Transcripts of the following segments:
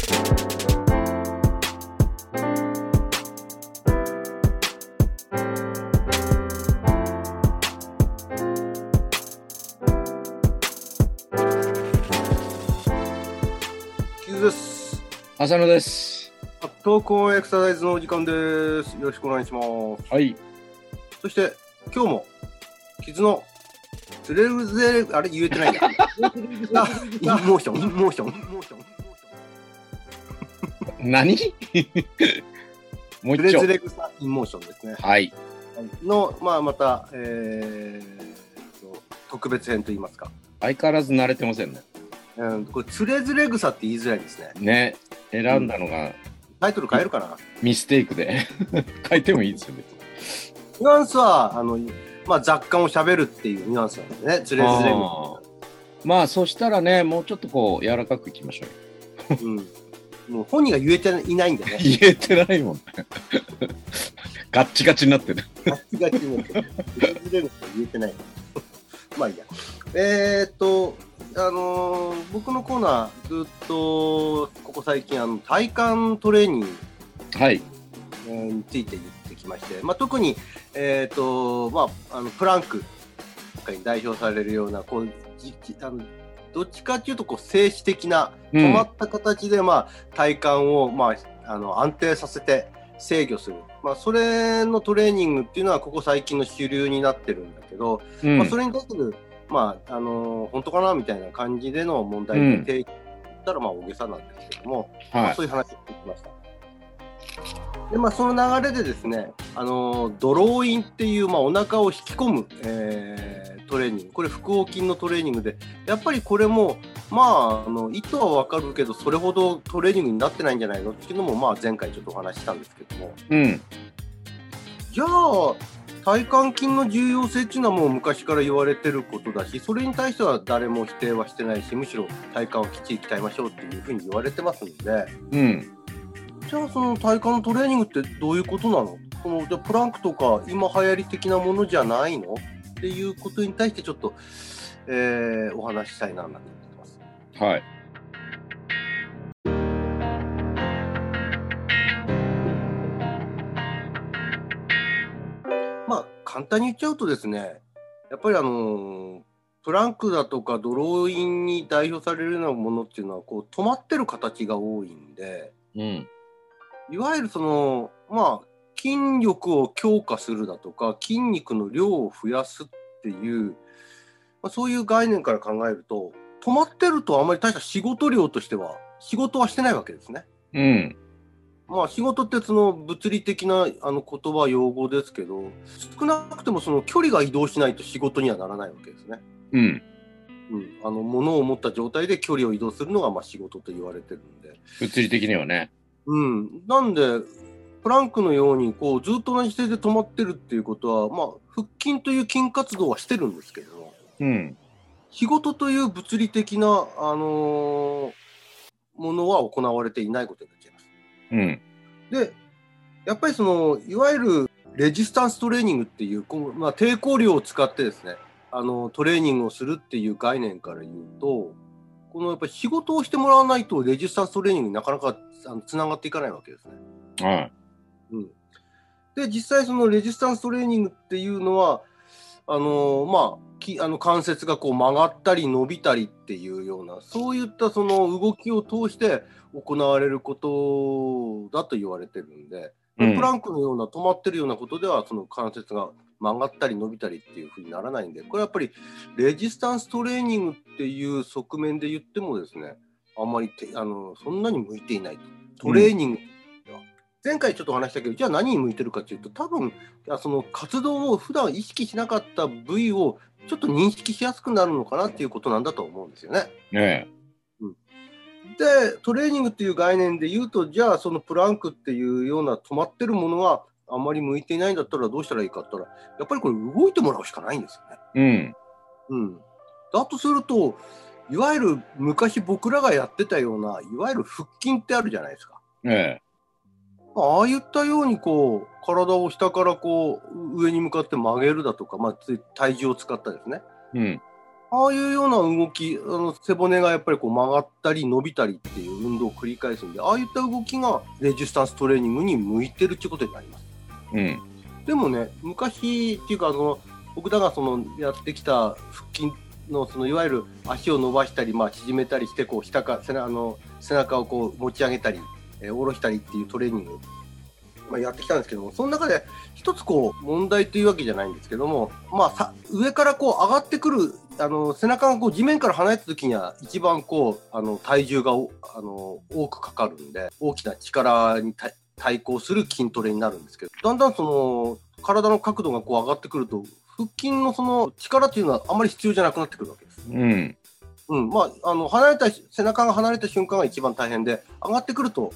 です。 浅野です。 投稿エクササイズのお時間です。よろしくお願いします。 はい。 そして今日も傷のつれるぜあれ言えてないんだ。インモーション。 何？もう一丁。 つれずれ草インモーションですね。 はい。 のまた、特別編と言いますか。 相変わらず慣れてませんね。 これつれずれ草って言いづらいですね。 ね、選んだのが、 タイトル変えるかな。 ミステイクで変えてもいいですよね。 ニュアンスは雑感を喋るっていうニュアンスなんですね。つれずれ草。 まあそしたらね、もうちょっとこう柔らかくいきましょうよ。 もう本人が言えていないんでね。 言えてないもんね。ガッチガチになってる。 ガッチガチになってる。言えてない。まあいいや。僕のコーナーずっとここ最近体幹トレーニングについて言ってきまして、特にプランクに代表されるようなどっちかというと静止的な止まった形で体幹を安定させて制御する、それのトレーニングっていうのはここ最近の主流になってるんだけど、それに対する本当かなみたいな感じでの問題で提起したら大げさなんですけども、そういう話をしてきました。でその流れでですね、ドローインっていう、お腹を引き込む、トレーニング、これ腹横筋のトレーニングで、やっぱりこれも意図は分かるけどそれほどトレーニングになってないんじゃないのっていうのも前回ちょっとお話ししたんですけども、じゃあ体幹筋の重要性っていうのはもう昔から言われてることだし、それに対しては誰も否定はしてないし、むしろ体幹をきっちり鍛えましょうっていうふうに言われてますので、じゃあその体幹のトレーニングってどういうことなの？じゃあプランクとか今流行り的なものじゃないのっていうことに対してちょっと、お話ししたいなと思ってます。 はい。 簡単に言っちゃうとですね、やっぱりプランクだとかドローインに代表されるようなものっていうのは止まってる形が多いんで、いわゆる筋力を強化するだとか筋肉の量を増やすっていう、そういう概念から考えると、止まってるとあまり大した仕事量としては仕事はしてないわけですね。仕事ってその物理的な言葉用語ですけど、少なくてもその距離が移動しないと仕事にはならないわけですね。物を持った状態で距離を移動するのが仕事と言われてるんで、 物理的にはね。 なんでプランクのようにずっと同じ姿勢で止まってるっていうことは、腹筋という筋活動はしてるんですけども、仕事という物理的な、ものは行われていないことになっちゃいます。でやっぱりいわゆるレジスタンストレーニングっていう抵抗量を使ってですね、トレーニングをするっていう概念から言うと、やっぱり仕事をしてもらわないとレジスタンストレーニングになかなかつながっていかないわけですね。で実際そのレジスタンストレーニングっていうのは関節が曲がったり伸びたりっていうような、そういったその動きを通して行われることだと言われてるんで、プランクのような止まってるようなことではその関節が曲がったり伸びたりっていうふうにならないんで、これやっぱりレジスタンストレーニングっていう側面で言ってもですね、あんまりそんなに向いていないと。トレーニング、前回ちょっと話したけど、じゃあ何に向いてるかというと、多分その活動を普段意識しなかった部位をちょっと認識しやすくなるのかなっていうことなんだと思うんですよね。でトレーニングっていう概念で言うと、じゃあそのプランクっていうような止まってるものがあんまり向いていないんだったらどうしたらいいかって言ったら、やっぱりこれ動いてもらうしかないんですよね。だとすると、いわゆる昔僕らがやってたようないわゆる腹筋ってあるじゃないですか。ああいったように体を下から上に向かって曲げるだとか、体重を使ったですね、 ああいうような動き、背骨がやっぱりこう曲がったり伸びたりっていう運動を繰り返すんで、ああいった動きがレジスタンストレーニングに向いてるっていうことになります。 うん。 でもね、昔っていうか僕らがやってきた腹筋のいわゆる足を伸ばしたり、縮めたりしてこう背中をこう持ち上げたり、下ろしたりっていうトレーニング、やってきたんですけども、その中で一つこう問題というわけじゃないんですけども、上からこう上がってくる背中がこう地面から離れた時には一番こう体重が多くかかるんで、大きな力に対抗する筋トレになるんですけど、だんだん体の角度がこう上がってくると、腹筋の力っていうのはあまり必要じゃなくなってくるわけです。背中が離れた瞬間が一番大変で、上がってくると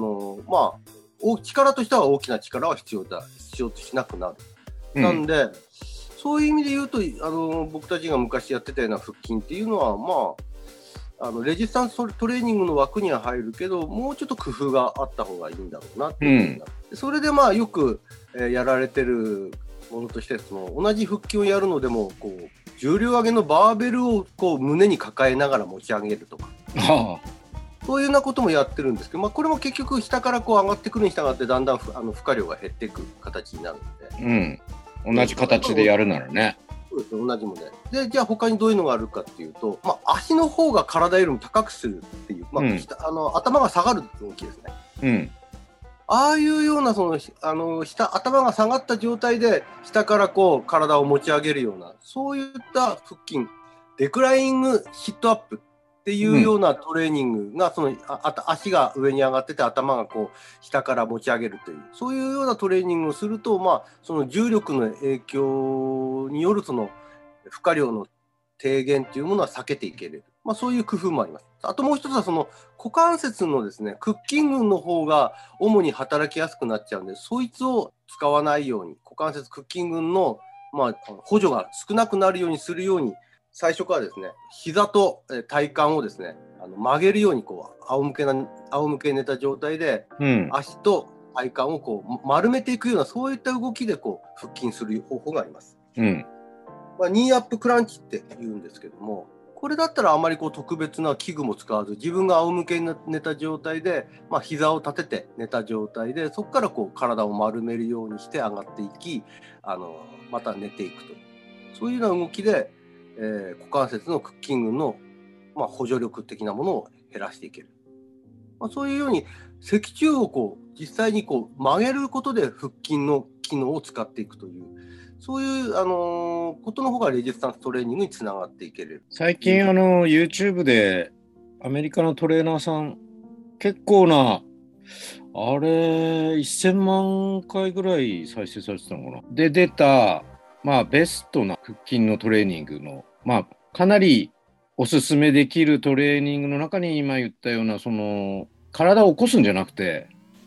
力としては大きな力は必要としなくなる。なんでそういう意味で言うと僕たちが昔やってたような腹筋っていうのはレジスタンストレーニングの枠には入るけど、もうちょっと工夫があった方がいいんだろうなっていう、それでよく、やられてるものとして、同じ腹筋をやるのでもこう重量上げのバーベルをこう胸に抱えながら持ち上げるとか、そういうようなこともやってるんですけど、これも結局下からこう上がってくるに従ってだんだん負荷量が減っていく形になるので、 同じ形でやるならね。 そうですね、同じもので、じゃあ他にどういうのがあるかっていうと、足の方が体よりも高くするっていう、頭が下がる動きですね。ああいうような頭が下がった状態で下からこう体を持ち上げるような、そういった腹筋、デクライングシットアップっていうようなトレーニングが、足が上に上がってて頭がこう下から持ち上げるという、そういうようなトレーニングをすると、その重力の影響による負荷量の低減というものは避けていけれる、そういう工夫もあります。あともう一つは股関節のですね、屈筋群の方が主に働きやすくなっちゃうんで、そいつを使わないように、股関節屈筋群の、補助が少なくなるようにするように、最初からですね、膝と体幹をですね、曲げるようにこう仰向け寝た状態で、足と体幹をこう丸めていくような、そういった動きでこう腹筋する方法があります。ニーアップクランチって言うんですけども、これだったらあまりこう特別な器具も使わず、自分が仰向けに寝た状態で、膝を立てて寝た状態で、そこからこう体を丸めるようにして上がっていき、また寝ていくと、そういうような動きで、股関節の屈筋群の、補助力的なものを減らしていける。そういうように脊柱をこう実際にこう曲げることで腹筋の機能を使っていくという、そういう、ことの方がレジスタンストレーニングにつながっていける。 最近YouTube でアメリカのトレーナーさん結構なあれ1000万回ぐらい再生されてたのかな。で出たベストな腹筋のトレーニングのかなりおすすめできるトレーニングの中に今言ったような体を起こすんじゃなくて、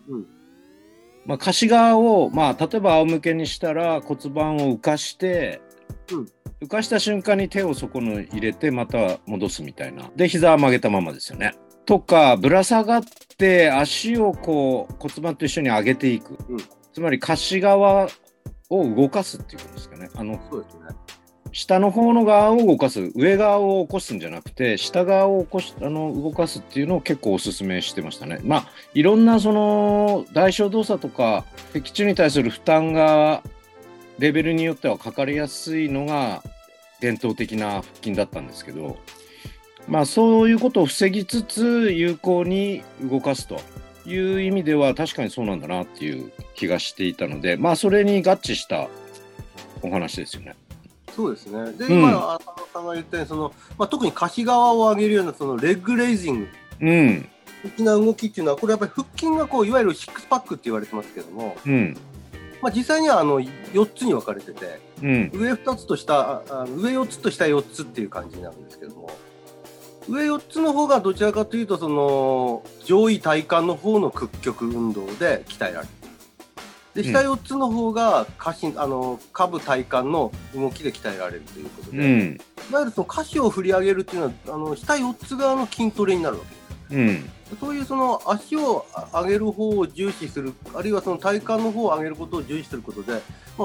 貸し側を例えば仰向けにしたら骨盤を浮かして、浮かした瞬間に手をそこに入れてまた戻すみたいな。で膝は曲げたままですよね。とかぶら下がって足をこう骨盤と一緒に上げていく、つまり貸し側を動かすっていうことですかね。 そうですね。 下の方の側を動かす、上側を起こすんじゃなくて下側を動かすっていうのを結構おすすめしてましたね。いろんな代償動作とか脊柱に対する負担がレベルによってはかかりやすいのが伝統的な腹筋だったんですけど、そういうことを防ぎつつ有効に動かすという意味では確かにそうなんだなっていう気がしていたので、それに合致したお話ですよね。 そうですね。で、今浅野さんが言ったように特に貸し側を上げるようなレッグレイジング的な動きっていうのは、これやっぱり腹筋がこういわゆるシックスパックって言われてますけども、実際には4つに分かれてて、上2つと下上4つと下4つっていう感じになるんですけども、上4つの方がどちらかというと上位体幹の方の屈曲運動で鍛えられる。で下4つの方が下部体幹の動きで鍛えられるということで、いわゆる下肢を振り上げるっていうのは下4つ側の筋トレになるわけです。そういう足を上げる方を重視する、あるいは体幹の方を上げることを重視することで、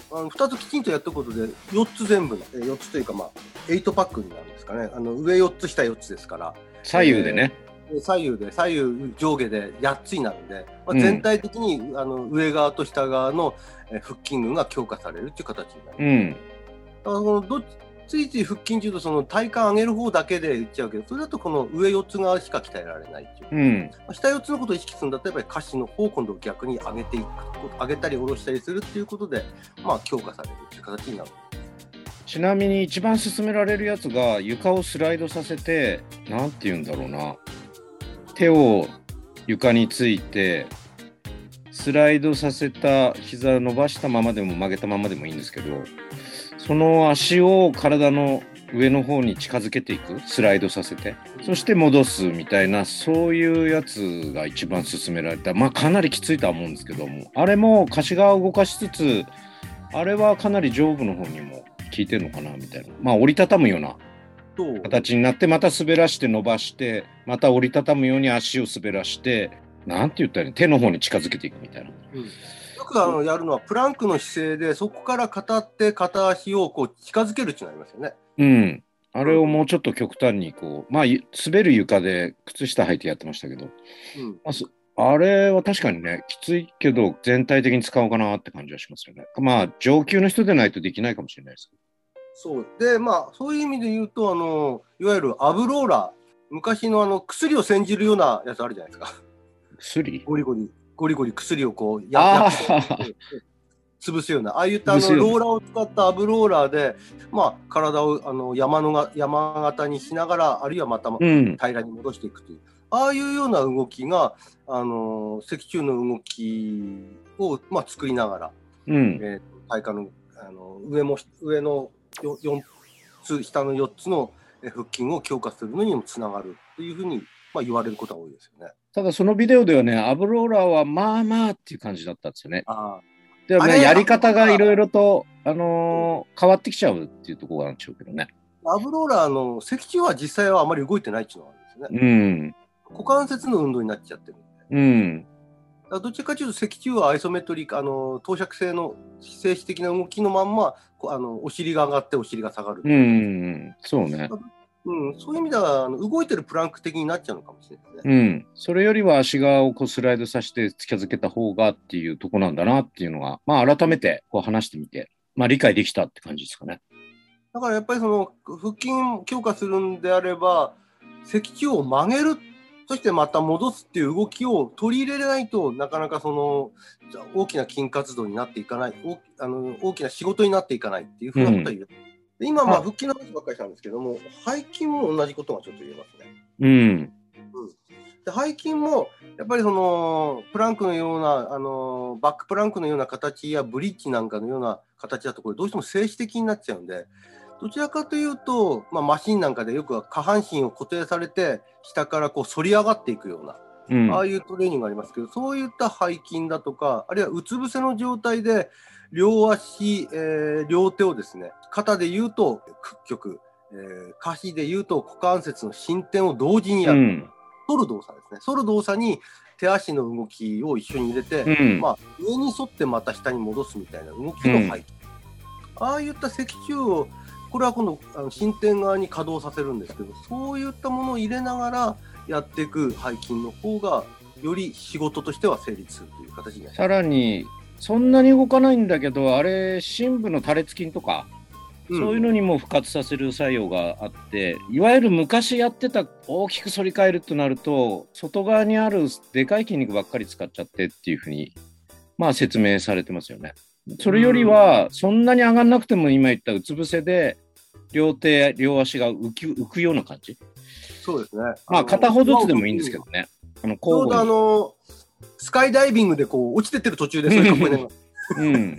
2つきちんとやったことで4つ全部4つというか8パックになるんですかね。上4つ下4つですから、 左右でね、 左右上下で8つになるんで、全体的に上側と下側の腹筋群が強化されるっていう形になる。だからついつい腹筋中とその体幹上げる方だけで言っちゃうけど、それだとこの上4つ側しか鍛えられないっていう、下4つのことを意識するんだったらやっぱり下肢の方を今度逆に上げていく、上げたり下ろしたりするっていうことで強化されるっていう形になる。 ちなみに一番勧められるやつが床をスライドさせて、なんて言うんだろうな、手を床についてスライドさせた膝を伸ばしたままでも曲げたままでもいいんですけど、その足を体の上の方に近づけていく、スライドさせて、そして戻すみたいな、そういうやつが一番勧められた。かなりきついとは思うんですけども、あれも下肢側を動かしつつ、あれはかなり上部の方にも効いてるのかなみたいな、折りたたむような形になって、また滑らして伸ばして、また折りたたむように足を滑らして、なんて言ったらいいの、手の方に近づけていくみたいな。 よくやるのはプランクの姿勢で、そこから片手片足をこう近づけるっていうのありますよね。 あれをもうちょっと極端に滑る床で靴下履いてやってましたけど、あれは確かにね、きついけど全体的に使おうかなって感じはしますよね。上級の人でないとできないかもしれないですけど。 そうで、そういう意味で言うといわゆるアブローラー、昔の薬を煎じるようなやつあるじゃないですか。 薬？ ゴリゴリ薬をこう潰すような、ああいったローラーを使ったアブローラーで、体を山形にしながら、あるいはまた平らに戻していくという、ああいうような動きが脊柱の動きを作りながら、体幹の上の4つ下の4つの腹筋を強化するのにもつながるというふうに言われることが多いですよね。 ただそのビデオではね、アブローラーはっていう感じだったんですよね。でもね、やり方がいろいろと、変わってきちゃうっていうところなんでしょうけどね。 アブローラーの脊柱は実際はあまり動いてないっていうのがあるんですね。股関節の運動になっちゃってるんで。どっちかというと脊柱はアイソメトリック、等尺性の静止的な動きのまんまお尻が上がってお尻が下がる。 そうね。 そういう意味では動いてるプランク的になっちゃうのかもしれないですね。 それよりは足側をスライドさせて近づけた方がっていうとこなんだなっていうのが、改めて話してみて、理解できたって感じですかね。 だからやっぱりその腹筋強化するんであれば、脊柱を曲げる、そしてまた戻すっていう動きを取り入れないとなかなかその大きな筋活動になっていかない、大きな仕事になっていかないっていうふうなことを言う。今腹筋の話ばっかりしたんですけども、背筋も同じことがちょっと言えますね。で背筋もやっぱりそのプランクのようなバックプランクのような形やブリッジなんかのような形だとこれどうしても静止的になっちゃうんで、どちらかというと、マシンなんかでよくは下半身を固定されて下からこう反り上がっていくような、ああいうトレーニングがありますけど、そういった背筋だとか、あるいはうつ伏せの状態で両足、両手をですね、肩で言うと屈曲、下肢で言うと股関節の伸展を同時にやる、反る動作ですね。反る動作に手足の動きを一緒に入れて、上に沿ってまた下に戻すみたいな動きの背筋、ああいった脊柱をこれは今度伸展側に稼働させるんですけど、そういったものを入れながらやっていく背筋の方がより仕事としては成立するという形になります。 さらにそんなに動かないんだけど、あれ深部の多裂筋とか、そういうのにも復活させる作用があって、いわゆる昔やってた大きく反り返るとなると外側にあるでかい筋肉ばっかり使っちゃってっていうふうに説明されてますよね。それよりはそんなに上がんなくても今言ったうつ伏せで両手両足が浮くような感じ。 そうですね。 片方ずつでもいいんですけどね。 ちょうどスカイダイビングでこう落ちてってる途中でそういう格好になります。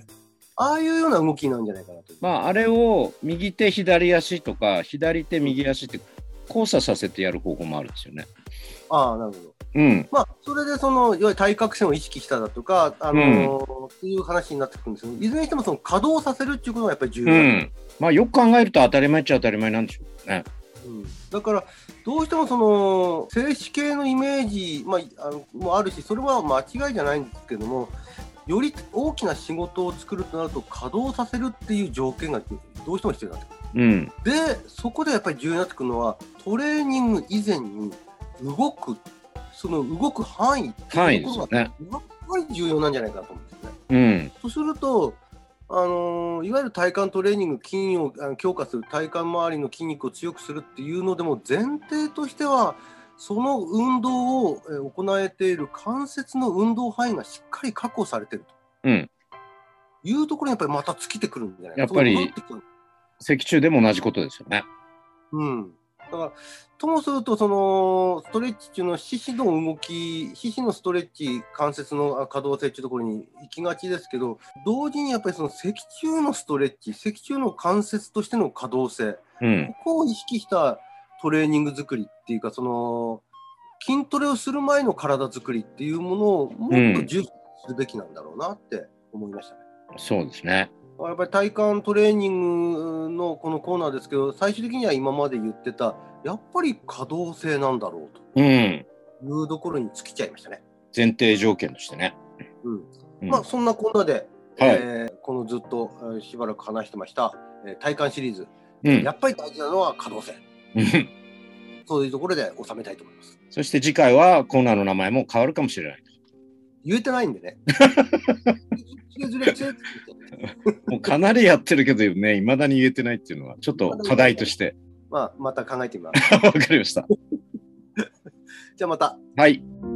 ああいうような動きなんじゃないかなと。 あれを右手左足とか左手右足って交差させてやる方法もあるんですよね。 なるほど。それでいわゆる対角線を意識しただとかっていう話になってくるんですけど、いずれにしてもその稼働させるっていうことがやっぱり重要なんです。 よく考えると当たり前っちゃ当たり前なんでしょうね。 だからどうしてもその静止系のイメージもあるし、それは間違いじゃないんですけども、 より大きな仕事を作るとなると稼働させるっていう条件がどうしても必要になってくる、でそこでやっぱり重要になってくるのはトレーニング以前にその動く範囲っていうところがやっぱり重要なんじゃないかなと思うんですね。そうするといわゆる体幹トレーニング、筋を強化する、体幹周りの筋肉を強くするっていうのでも前提としてはその運動を行えている関節の運動範囲がしっかり確保されていると、いうところにやっぱりまた尽きてくるんじゃないか。 やっぱり脊柱でも同じことですよね。 だからともするとそのストレッチ中の四肢の動き、四肢のストレッチ、関節の可動性というところに行きがちですけど、同時にやっぱりその脊柱のストレッチ、脊柱の関節としての可動性、ここを意識したトレーニング作りっていうか、その筋トレをする前の体作りっていうものをもっと重視するべきなんだろうなって思いましたね。 そうですね。 やっぱり体幹トレーニングのこのコーナーですけど、最終的には今まで言ってたやっぱり可動性なんだろうというところに尽きちゃいましたね。 前提条件としてね。 そんなコーナーで、このずっとしばらく話してました体幹シリーズ、やっぱり大事なのは可動性そういうところで収めたいと思います。 そして次回はコーナーの名前も変わるかもしれないと。 言えてないんでね。 もうかなりやってるけどね、いまだに言えてないっていうのはちょっと課題として。 また考えてみます。 わかりました。 じゃあまた。 はい。